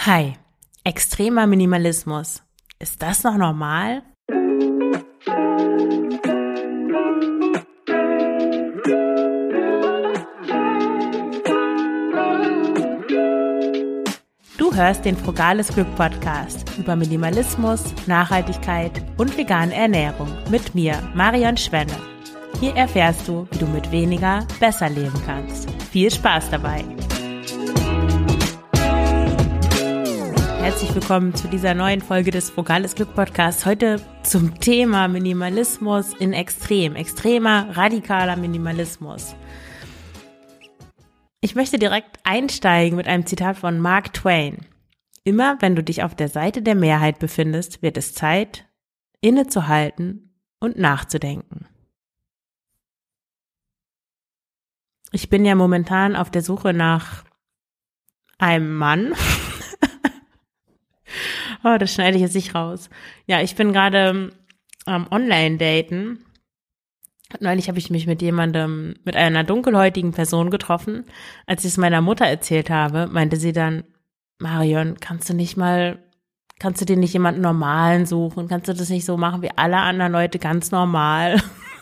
Hi, extremer Minimalismus. Ist das noch normal? Du hörst den Frugales Glück Podcast über Minimalismus, Nachhaltigkeit und vegane Ernährung mit mir, Marion Schwenne. Hier erfährst du, wie du mit weniger besser leben kannst. Viel Spaß dabei! Herzlich willkommen zu dieser neuen Folge des Frugales Glück Podcasts. Heute zum Thema Minimalismus in extremer, radikaler Minimalismus. Ich möchte direkt einsteigen mit einem Zitat von Mark Twain. Immer wenn du dich auf der Seite der Mehrheit befindest, wird es Zeit, innezuhalten und nachzudenken. Ich bin ja momentan auf der Suche nach einem Mann. Oh, das schneide ich jetzt nicht raus. Ja, ich bin gerade Online-Daten. Neulich habe ich mich mit einer dunkelhäutigen Person getroffen. Als ich es meiner Mutter erzählt habe, meinte sie dann, Marion, kannst du dir nicht jemanden Normalen suchen? Kannst du das nicht so machen wie alle anderen Leute, ganz normal?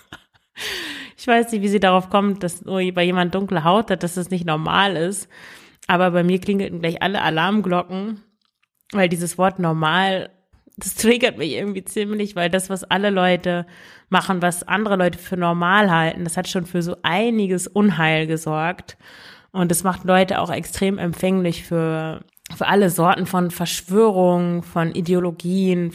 Ich weiß nicht, wie sie darauf kommt, dass bei jemand dunkle Haut hat, dass das nicht normal ist. Aber bei mir klingelten gleich alle Alarmglocken. Weil dieses Wort normal, das triggert mich irgendwie ziemlich, weil das, was alle Leute machen, was andere Leute für normal halten, das hat schon für so einiges Unheil gesorgt. Und das macht Leute auch extrem empfänglich für alle Sorten von Verschwörungen, von Ideologien,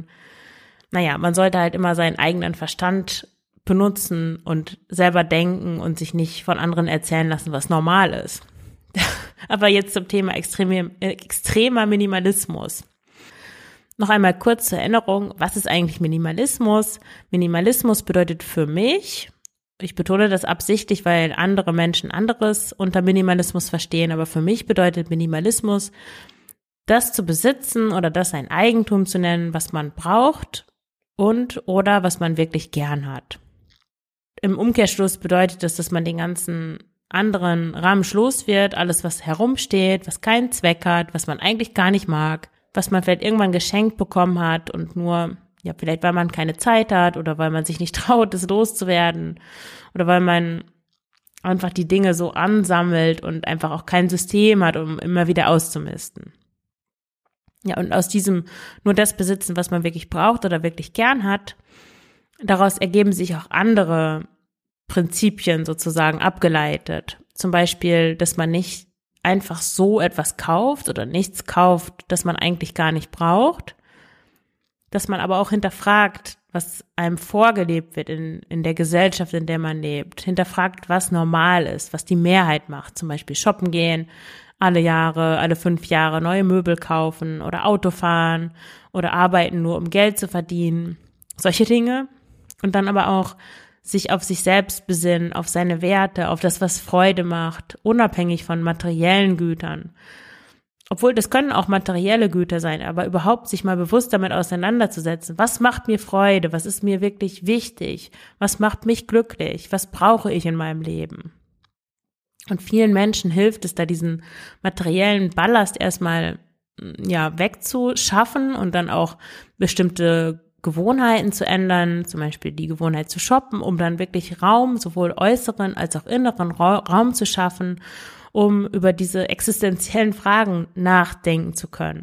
man sollte halt immer seinen eigenen Verstand benutzen und selber denken und sich nicht von anderen erzählen lassen, was normal ist. Aber jetzt zum Thema extremer Minimalismus. Noch einmal kurz zur Erinnerung, was ist eigentlich Minimalismus? Minimalismus bedeutet für mich, ich betone das absichtlich, weil andere Menschen anderes unter Minimalismus verstehen, aber für mich bedeutet Minimalismus, das zu besitzen oder das ein Eigentum zu nennen, was man braucht oder was man wirklich gern hat. Im Umkehrschluss bedeutet das, dass man den ganzen anderen Ramsch los wird, alles, was herumsteht, was keinen Zweck hat, was man eigentlich gar nicht mag, was man vielleicht irgendwann geschenkt bekommen hat und nur, vielleicht weil man keine Zeit hat oder weil man sich nicht traut, es loszuwerden oder weil man einfach die Dinge so ansammelt und einfach auch kein System hat, um immer wieder auszumisten. Ja, und aus diesem nur das besitzen, was man wirklich braucht oder wirklich gern hat, daraus ergeben sich auch andere Prinzipien sozusagen abgeleitet. Zum Beispiel, dass man nicht einfach so etwas kauft oder nichts kauft, das man eigentlich gar nicht braucht, dass man aber auch hinterfragt, was einem vorgelebt wird in der Gesellschaft, in der man lebt, hinterfragt, was normal ist, was die Mehrheit macht, zum Beispiel shoppen gehen, alle 5 Jahre neue Möbel kaufen oder Auto fahren oder arbeiten nur, um Geld zu verdienen, solche Dinge. Und dann aber auch sich auf sich selbst besinnen, auf seine Werte, auf das, was Freude macht, unabhängig von materiellen Gütern. Obwohl, das können auch materielle Güter sein, aber überhaupt sich mal bewusst damit auseinanderzusetzen. Was macht mir Freude? Was ist mir wirklich wichtig? Was macht mich glücklich? Was brauche ich in meinem Leben? Und vielen Menschen hilft es da, diesen materiellen Ballast erstmal, wegzuschaffen und dann auch bestimmte Gewohnheiten zu ändern, zum Beispiel die Gewohnheit zu shoppen, um dann wirklich Raum, sowohl äußeren als auch inneren Raum zu schaffen, um über diese existenziellen Fragen nachdenken zu können.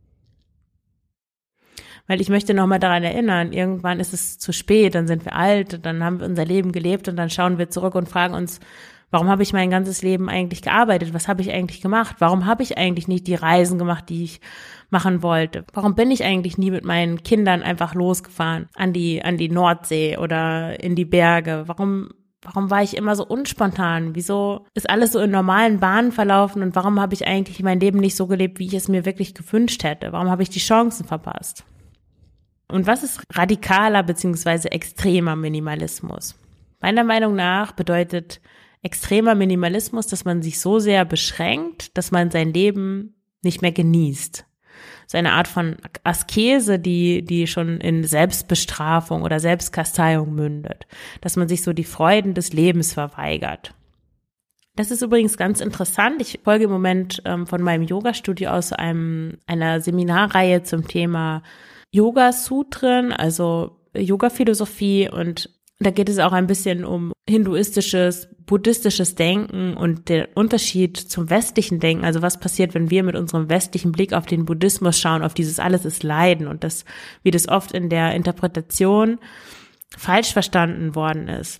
Weil ich möchte nochmal daran erinnern, irgendwann ist es zu spät, dann sind wir alt, dann haben wir unser Leben gelebt und dann schauen wir zurück und fragen uns, warum habe ich mein ganzes Leben eigentlich gearbeitet? Was habe ich eigentlich gemacht? Warum habe ich eigentlich nicht die Reisen gemacht, die ich machen wollte? Warum bin ich eigentlich nie mit meinen Kindern einfach losgefahren an die Nordsee oder in die Berge? Warum war ich immer so unspontan? Wieso ist alles so in normalen Bahnen verlaufen und warum habe ich eigentlich mein Leben nicht so gelebt, wie ich es mir wirklich gewünscht hätte? Warum habe ich die Chancen verpasst? Und was ist radikaler bzw. extremer Minimalismus? Meiner Meinung nach bedeutet extremer Minimalismus, dass man sich so sehr beschränkt, dass man sein Leben nicht mehr genießt. So eine Art von Askese, die schon in Selbstbestrafung oder Selbstkasteiung mündet. Dass man sich so die Freuden des Lebens verweigert. Das ist übrigens ganz interessant. Ich folge im Moment von meinem Yoga-Studio aus einer Seminarreihe zum Thema Yoga-Sutren, also Yoga-Philosophie, und da geht es auch ein bisschen um hinduistisches, buddhistisches Denken und der Unterschied zum westlichen Denken. Also was passiert, wenn wir mit unserem westlichen Blick auf den Buddhismus schauen, auf dieses alles ist Leiden und das, wie das oft in der Interpretation falsch verstanden worden ist.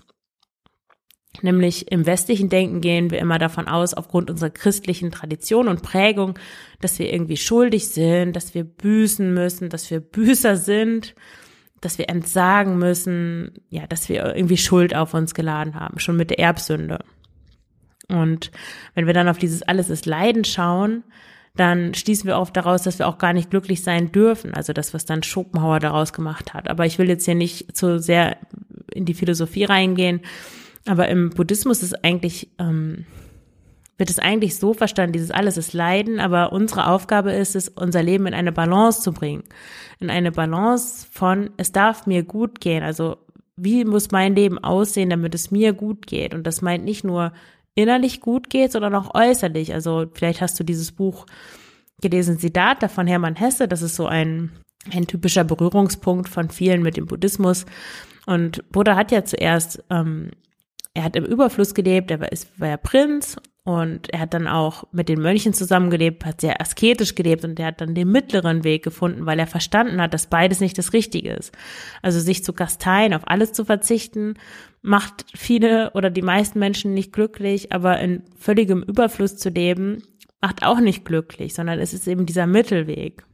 Nämlich im westlichen Denken gehen wir immer davon aus, aufgrund unserer christlichen Tradition und Prägung, dass wir irgendwie schuldig sind, dass wir büßen müssen, dass wir Büßer sind, dass wir entsagen müssen, ja, dass wir irgendwie Schuld auf uns geladen haben, schon mit der Erbsünde. Und wenn wir dann auf dieses alles ist Leiden schauen, dann schließen wir oft daraus, dass wir auch gar nicht glücklich sein dürfen, also das, was dann Schopenhauer daraus gemacht hat. Aber ich will jetzt hier nicht zu sehr in die Philosophie reingehen, aber im Buddhismus ist wird es eigentlich so verstanden, dieses alles ist Leiden, aber unsere Aufgabe ist es, unser Leben in eine Balance zu bringen. In eine Balance von, es darf mir gut gehen. Also wie muss mein Leben aussehen, damit es mir gut geht? Und das meint nicht nur innerlich gut geht, sondern auch äußerlich. Also vielleicht hast du dieses Buch gelesen, Siddhartha von Hermann Hesse. Das ist so ein typischer Berührungspunkt von vielen mit dem Buddhismus. Und Buddha hat ja zuerst, er hat im Überfluss gelebt, er war ja Prinz. Und er hat dann auch mit den Mönchen zusammengelebt, hat sehr asketisch gelebt und er hat dann den mittleren Weg gefunden, weil er verstanden hat, dass beides nicht das Richtige ist. Also sich zu kasteien, auf alles zu verzichten, macht viele oder die meisten Menschen nicht glücklich, aber in völligem Überfluss zu leben, macht auch nicht glücklich, sondern es ist eben dieser Mittelweg.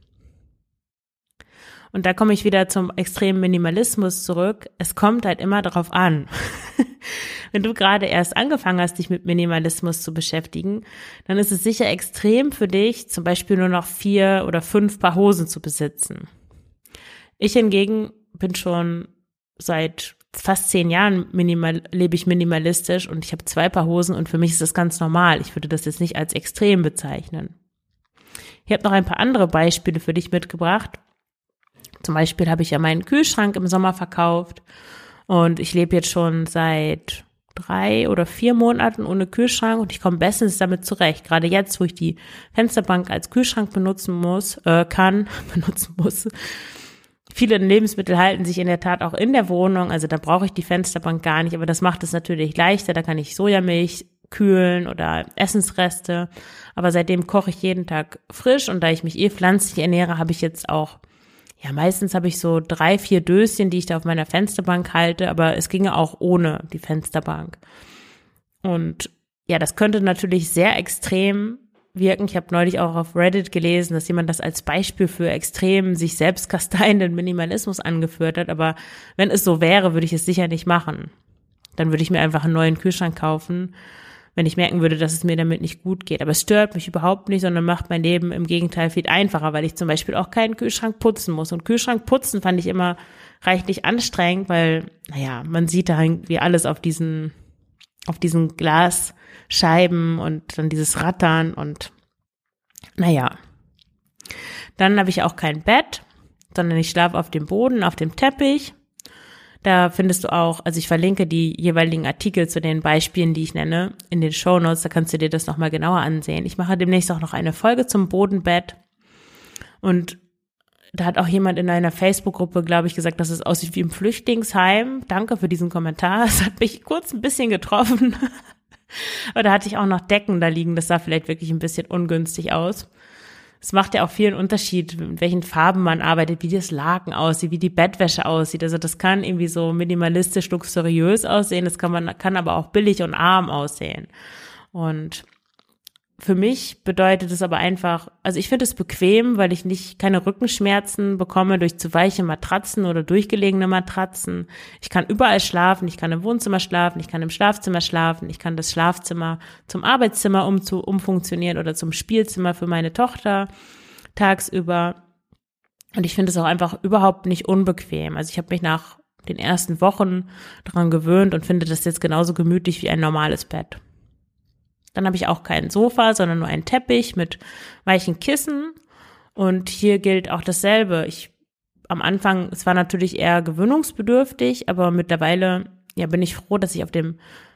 Und da komme ich wieder zum extremen Minimalismus zurück. Es kommt halt immer darauf an. Wenn du gerade erst angefangen hast, dich mit Minimalismus zu beschäftigen, dann ist es sicher extrem für dich, zum Beispiel nur noch 4 oder 5 Paar Hosen zu besitzen. Ich hingegen bin schon seit fast 10 Jahren lebe ich minimalistisch und ich habe 2 Paar Hosen und für mich ist das ganz normal. Ich würde das jetzt nicht als extrem bezeichnen. Ich habe noch ein paar andere Beispiele für dich mitgebracht. Zum Beispiel habe ich ja meinen Kühlschrank im Sommer verkauft und ich lebe jetzt schon seit 3 oder 4 Monaten ohne Kühlschrank und ich komme bestens damit zurecht. Gerade jetzt, wo ich die Fensterbank als Kühlschrank benutzen muss. Viele Lebensmittel halten sich in der Tat auch in der Wohnung, also da brauche ich die Fensterbank gar nicht, aber das macht es natürlich leichter. Da kann ich Sojamilch kühlen oder Essensreste, aber seitdem koche ich jeden Tag frisch und da ich mich pflanzlich ernähre, habe ich jetzt auch meistens habe ich so 3, 4 Döschen, die ich da auf meiner Fensterbank halte, aber es ginge auch ohne die Fensterbank. Und ja, das könnte natürlich sehr extrem wirken. Ich habe neulich auch auf Reddit gelesen, dass jemand das als Beispiel für extrem sich selbst kasteienden Minimalismus angeführt hat, aber wenn es so wäre, würde ich es sicher nicht machen. Dann würde ich mir einfach einen neuen Kühlschrank kaufen, wenn ich merken würde, dass es mir damit nicht gut geht. Aber es stört mich überhaupt nicht, sondern macht mein Leben im Gegenteil viel einfacher, weil ich zum Beispiel auch keinen Kühlschrank putzen muss. Und Kühlschrank putzen fand ich immer reichlich anstrengend, weil, man sieht da irgendwie alles auf diesen Glasscheiben und dann dieses Rattern und Dann habe ich auch kein Bett, sondern ich schlafe auf dem Boden, auf dem Teppich. Da findest du auch, also ich verlinke die jeweiligen Artikel zu den Beispielen, die ich nenne, in den Shownotes, da kannst du dir das nochmal genauer ansehen. Ich mache demnächst auch noch eine Folge zum Bodenbett und da hat auch jemand in einer Facebook-Gruppe, glaube ich, gesagt, dass es aussieht wie im Flüchtlingsheim. Danke für diesen Kommentar, es hat mich kurz ein bisschen getroffen. Aber da hatte ich auch noch Decken da liegen, das sah vielleicht wirklich ein bisschen ungünstig aus. Es macht ja auch viel einen Unterschied, mit welchen Farben man arbeitet, wie das Laken aussieht, wie die Bettwäsche aussieht. Also das kann irgendwie so minimalistisch, luxuriös aussehen, das kann aber auch billig und arm aussehen. Und für mich bedeutet es aber einfach, also ich finde es bequem, weil ich keine Rückenschmerzen bekomme durch zu weiche Matratzen oder durchgelegene Matratzen. Ich kann überall schlafen, ich kann im Wohnzimmer schlafen, ich kann im Schlafzimmer schlafen, ich kann das Schlafzimmer zum Arbeitszimmer umfunktionieren oder zum Spielzimmer für meine Tochter tagsüber. Und ich finde es auch einfach überhaupt nicht unbequem. Also ich habe mich nach den ersten Wochen daran gewöhnt und finde das jetzt genauso gemütlich wie ein normales Bett. Dann habe ich auch kein Sofa, sondern nur einen Teppich mit weichen Kissen. Und hier gilt auch dasselbe. Am Anfang, es war natürlich eher gewöhnungsbedürftig, aber mittlerweile bin ich froh, dass ich auf dem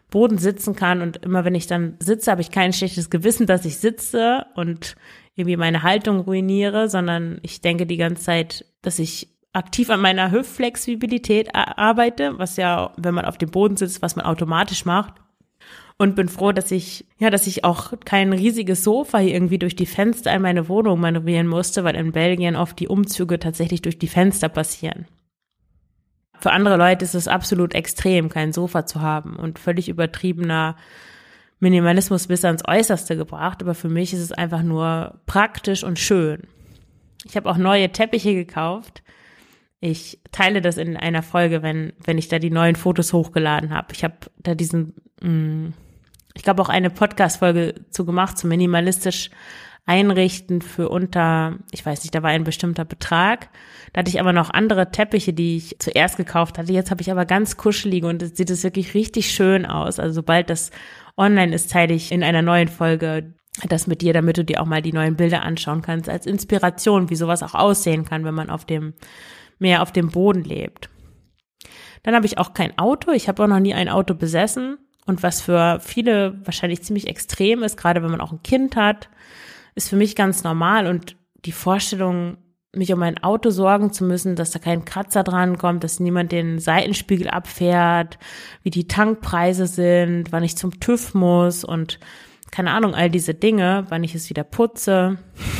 Boden sitzen kann und immer wenn ich dann sitze, habe ich kein schlechtes Gewissen, dass ich sitze und irgendwie meine Haltung ruiniere, sondern ich denke die ganze Zeit, dass ich aktiv an meiner Hüftflexibilität arbeite, was ja, wenn man auf dem Boden sitzt, was man automatisch macht. Und bin froh, dass ich auch kein riesiges Sofa hier irgendwie durch die Fenster in meine Wohnung manövrieren musste, weil in Belgien oft die Umzüge tatsächlich durch die Fenster passieren. Für andere Leute ist es absolut extrem, kein Sofa zu haben und völlig übertriebener Minimalismus bis ans Äußerste gebracht. Aber für mich ist es einfach nur praktisch und schön. Ich habe auch neue Teppiche gekauft. Ich teile das in einer Folge, wenn ich da die neuen Fotos hochgeladen habe. Ich habe da ich glaube auch eine Podcast-Folge zu gemacht, zum minimalistisch einrichten für ich weiß nicht, da war ein bestimmter Betrag. Da hatte ich aber noch andere Teppiche, die ich zuerst gekauft hatte. Jetzt habe ich aber ganz kuschelige und jetzt sieht es wirklich richtig schön aus. Also sobald das online ist, teile ich in einer neuen Folge das mit dir, damit du dir auch mal die neuen Bilder anschauen kannst, als Inspiration, wie sowas auch aussehen kann, wenn man mehr auf dem Boden lebt. Dann habe ich auch kein Auto. Ich habe auch noch nie ein Auto besessen. Und was für viele wahrscheinlich ziemlich extrem ist, gerade wenn man auch ein Kind hat, ist für mich ganz normal. Und die Vorstellung, mich um ein Auto sorgen zu müssen, dass da kein Kratzer dran kommt, dass niemand den Seitenspiegel abfährt, wie die Tankpreise sind, wann ich zum TÜV muss und keine Ahnung, all diese Dinge, wann ich es wieder putze.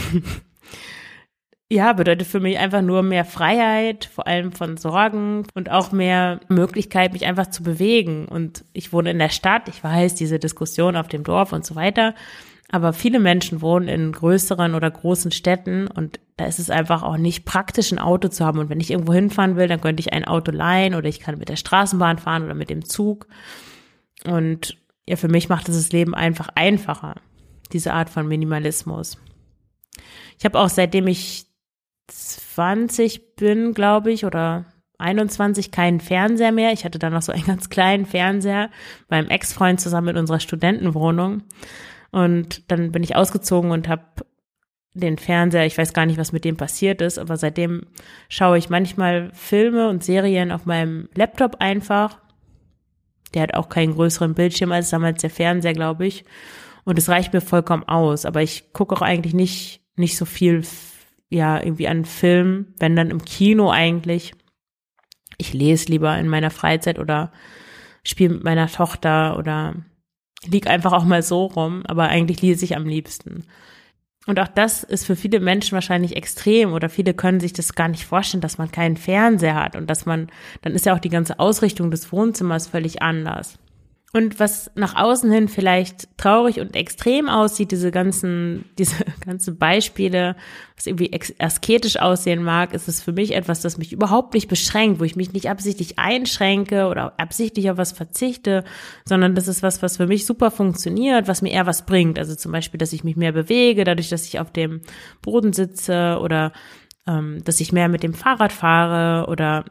Ja, bedeutet für mich einfach nur mehr Freiheit, vor allem von Sorgen und auch mehr Möglichkeit, mich einfach zu bewegen. Und ich wohne in der Stadt, ich weiß, diese Diskussion auf dem Dorf und so weiter, aber viele Menschen wohnen in größeren oder großen Städten und da ist es einfach auch nicht praktisch, ein Auto zu haben. Und wenn ich irgendwo hinfahren will, dann könnte ich ein Auto leihen oder ich kann mit der Straßenbahn fahren oder mit dem Zug. Und ja, für mich macht es das Leben einfach einfacher, diese Art von Minimalismus. Ich habe auch, seitdem ich 20 bin, glaube ich, oder 21, keinen Fernseher mehr. Ich hatte dann noch so einen ganz kleinen Fernseher beim Ex-Freund zusammen in unserer Studentenwohnung. Und dann bin ich ausgezogen und habe den Fernseher, ich weiß gar nicht, was mit dem passiert ist, aber seitdem schaue ich manchmal Filme und Serien auf meinem Laptop einfach. Der hat auch keinen größeren Bildschirm als damals der Fernseher, glaube ich. Und es reicht mir vollkommen aus. Aber ich gucke auch eigentlich nicht so viel irgendwie an Film, wenn dann im Kino eigentlich. Ich lese lieber in meiner Freizeit oder spiele mit meiner Tochter oder lieg einfach auch mal so rum, aber eigentlich lese ich am liebsten. Und auch das ist für viele Menschen wahrscheinlich extrem oder viele können sich das gar nicht vorstellen, dass man keinen Fernseher hat und dann ist ja auch die ganze Ausrichtung des Wohnzimmers völlig anders. Und was nach außen hin vielleicht traurig und extrem aussieht, diese ganzen Beispiele, was irgendwie asketisch aussehen mag, ist es für mich etwas, das mich überhaupt nicht beschränkt, wo ich mich nicht absichtlich einschränke oder absichtlich auf was verzichte, sondern das ist was für mich super funktioniert, was mir eher was bringt. Also zum Beispiel, dass ich mich mehr bewege, dadurch, dass ich auf dem Boden sitze oder dass ich mehr mit dem Fahrrad fahre oder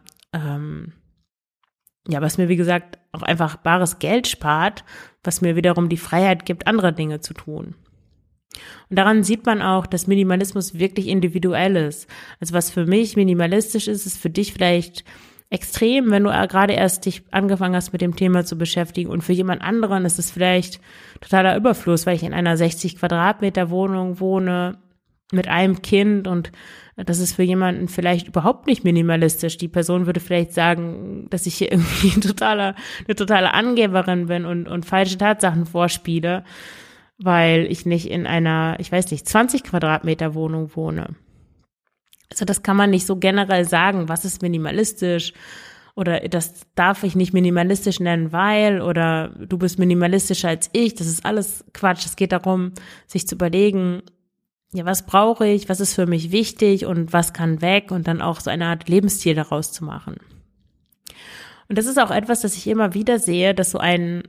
was mir, wie gesagt, auch einfach bares Geld spart, was mir wiederum die Freiheit gibt, andere Dinge zu tun. Und daran sieht man auch, dass Minimalismus wirklich individuell ist. Also was für mich minimalistisch ist, ist für dich vielleicht extrem, wenn du gerade erst dich angefangen hast, mit dem Thema zu beschäftigen. Und für jemand anderen ist es vielleicht totaler Überfluss, weil ich in einer 60 Quadratmeter Wohnung wohne, mit einem Kind und das ist für jemanden vielleicht überhaupt nicht minimalistisch. Die Person würde vielleicht sagen, dass ich hier irgendwie eine totale Angeberin bin und falsche Tatsachen vorspiele, weil ich nicht in einer, 20 Quadratmeter Wohnung wohne. Also das kann man nicht so generell sagen, was ist minimalistisch oder das darf ich nicht minimalistisch nennen, weil oder du bist minimalistischer als ich. Das ist alles Quatsch. Es geht darum, sich zu überlegen, ja, was brauche ich, was ist für mich wichtig und was kann weg und dann auch so eine Art Lebensstil daraus zu machen. Und das ist auch etwas, das ich immer wieder sehe, dass so ein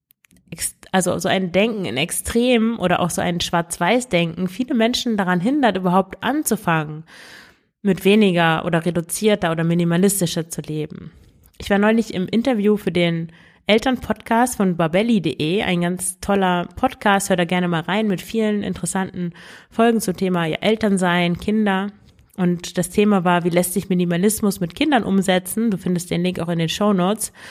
Denken in Extremen oder auch so ein Schwarz-Weiß-Denken viele Menschen daran hindert, überhaupt anzufangen, mit weniger oder reduzierter oder minimalistischer zu leben. Ich war neulich im Interview für den Elternpodcast von babelli.de, ein ganz toller Podcast, hört da gerne mal rein mit vielen interessanten Folgen zum Thema Elternsein, Kinder. Und das Thema war, wie lässt sich Minimalismus mit Kindern umsetzen? Du findest den Link auch in den Shownotes.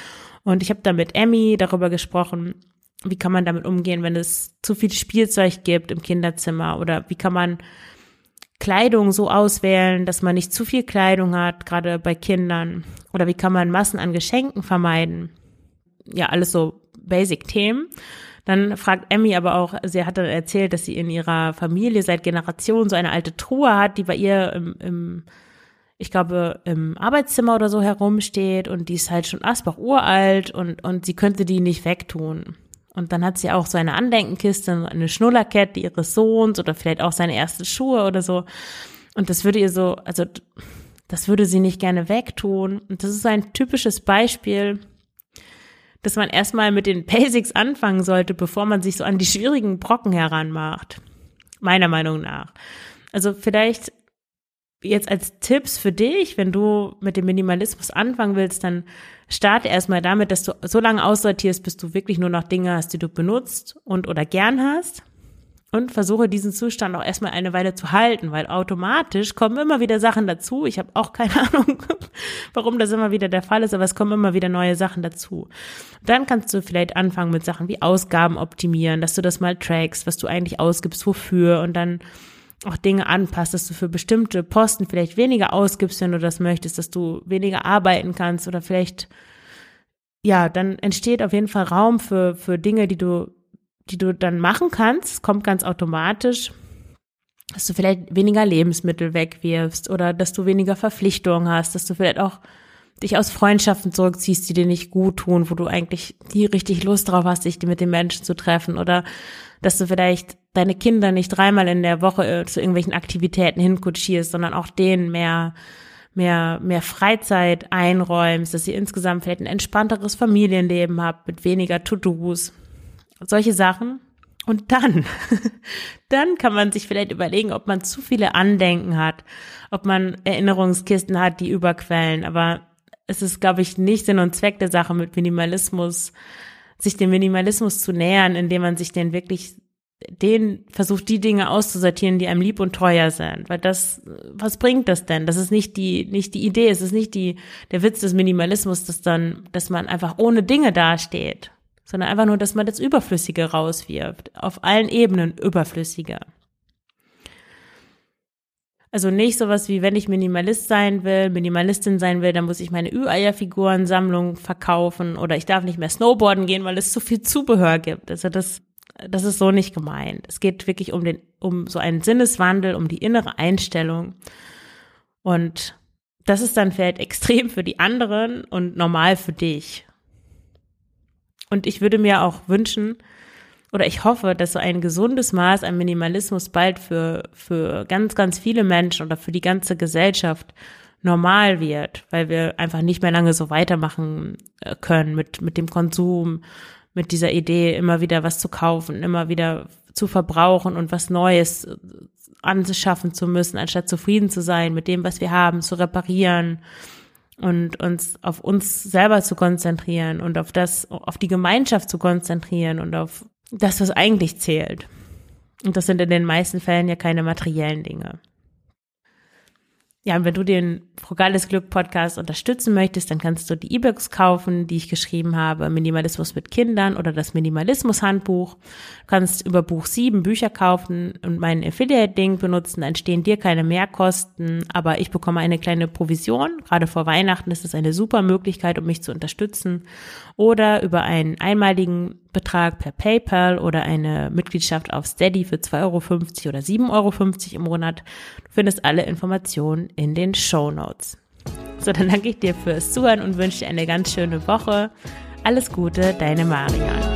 Und ich habe da mit Emmy darüber gesprochen, wie kann man damit umgehen, wenn es zu viel Spielzeug gibt im Kinderzimmer, oder wie kann man Kleidung so auswählen, dass man nicht zu viel Kleidung hat, gerade bei Kindern, oder wie kann man Massen an Geschenken vermeiden. Ja, alles so Basic-Themen. Dann fragt Emmy aber auch, sie hat dann erzählt, dass sie in ihrer Familie seit Generationen so eine alte Truhe hat, die bei ihr ich glaube, im Arbeitszimmer oder so herumsteht, und die ist halt schon asbach-uralt und sie könnte die nicht wegtun. Und dann hat sie auch so eine Andenkenkiste, eine Schnullerkette ihres Sohns oder vielleicht auch seine ersten Schuhe oder so. Und das würde ihr so, also das würde sie nicht gerne wegtun. Und das ist so ein typisches Beispiel, dass man erstmal mit den Basics anfangen sollte, bevor man sich so an die schwierigen Brocken heranmacht. Meiner Meinung nach. Also vielleicht jetzt als Tipps für dich, wenn du mit dem Minimalismus anfangen willst, dann starte erstmal damit, dass du so lange aussortierst, bis du wirklich nur noch Dinge hast, die du benutzt und oder gern hast, und versuche diesen Zustand auch erstmal eine Weile zu halten, weil automatisch kommen immer wieder Sachen dazu. Ich habe auch keine Ahnung, warum das immer wieder der Fall ist, aber es kommen immer wieder neue Sachen dazu. Dann kannst du vielleicht anfangen mit Sachen wie Ausgaben optimieren, dass du das mal trackst, was du eigentlich ausgibst, wofür, und dann auch Dinge anpasst, dass du für bestimmte Posten vielleicht weniger ausgibst, wenn du das möchtest, dass du weniger arbeiten kannst, oder vielleicht, ja, dann entsteht auf jeden Fall Raum für Dinge, die du dann machen kannst. Es kommt ganz automatisch, dass du vielleicht weniger Lebensmittel wegwirfst oder dass du weniger Verpflichtungen hast, dass du vielleicht auch dich aus Freundschaften zurückziehst, die dir nicht gut tun, wo du eigentlich nie richtig Lust drauf hast, dich mit den Menschen zu treffen, oder dass du vielleicht deine Kinder nicht 3-mal in der Woche zu irgendwelchen Aktivitäten hinkutschierst, sondern auch denen mehr Freizeit einräumst, dass ihr insgesamt vielleicht ein entspannteres Familienleben habt mit weniger To-Dos, solche Sachen. Und dann kann man sich vielleicht überlegen, ob man zu viele Andenken hat, ob man Erinnerungskisten hat, die überquellen. Aber es ist, glaube ich, nicht Sinn und Zweck der Sache mit Minimalismus, sich dem Minimalismus zu nähern, indem man sich versucht, die Dinge auszusortieren, die einem lieb und teuer sind. Weil was bringt das denn? Das ist nicht die Idee, es ist nicht der Witz des Minimalismus, dass man einfach ohne Dinge dasteht, sondern einfach nur, dass man das Überflüssige rauswirft. Auf allen Ebenen Überflüssige. Also nicht sowas wie, wenn ich Minimalistin sein will, dann muss ich meine Ü-Eier-Figuren-Sammlung verkaufen, oder ich darf nicht mehr Snowboarden gehen, weil es zu viel Zubehör gibt. Also das ist so nicht gemeint. Es geht wirklich um so einen Sinneswandel, um die innere Einstellung. Und das ist dann vielleicht extrem für die anderen und normal für dich. Und ich würde mir auch wünschen, oder ich hoffe, dass so ein gesundes Maß an Minimalismus bald für ganz, ganz viele Menschen oder für die ganze Gesellschaft normal wird, weil wir einfach nicht mehr lange so weitermachen können mit dem Konsum, mit dieser Idee, immer wieder was zu kaufen, immer wieder zu verbrauchen und was Neues anschaffen zu müssen, anstatt zufrieden zu sein mit dem, was wir haben, zu reparieren und uns auf uns selber zu konzentrieren und auf die Gemeinschaft zu konzentrieren und auf das, was eigentlich zählt. Und das sind in den meisten Fällen ja keine materiellen Dinge. Ja, und wenn du den Frugales Glück Podcast unterstützen möchtest, dann kannst du die E-Books kaufen, die ich geschrieben habe, Minimalismus mit Kindern oder das Minimalismus-Handbuch. Du kannst über Buch 7 Bücher kaufen und meinen Affiliate-Link benutzen, dann entstehen dir keine Mehrkosten, aber ich bekomme eine kleine Provision. Gerade vor Weihnachten ist es eine super Möglichkeit, um mich zu unterstützen. Oder über einen einmaligen Betrag per PayPal oder eine Mitgliedschaft auf Steady für 2,50 € oder 7,50 € im Monat. Du findest alle Informationen in den Shownotes. So, dann danke ich dir fürs Zuhören und wünsche dir eine ganz schöne Woche. Alles Gute, deine Marion.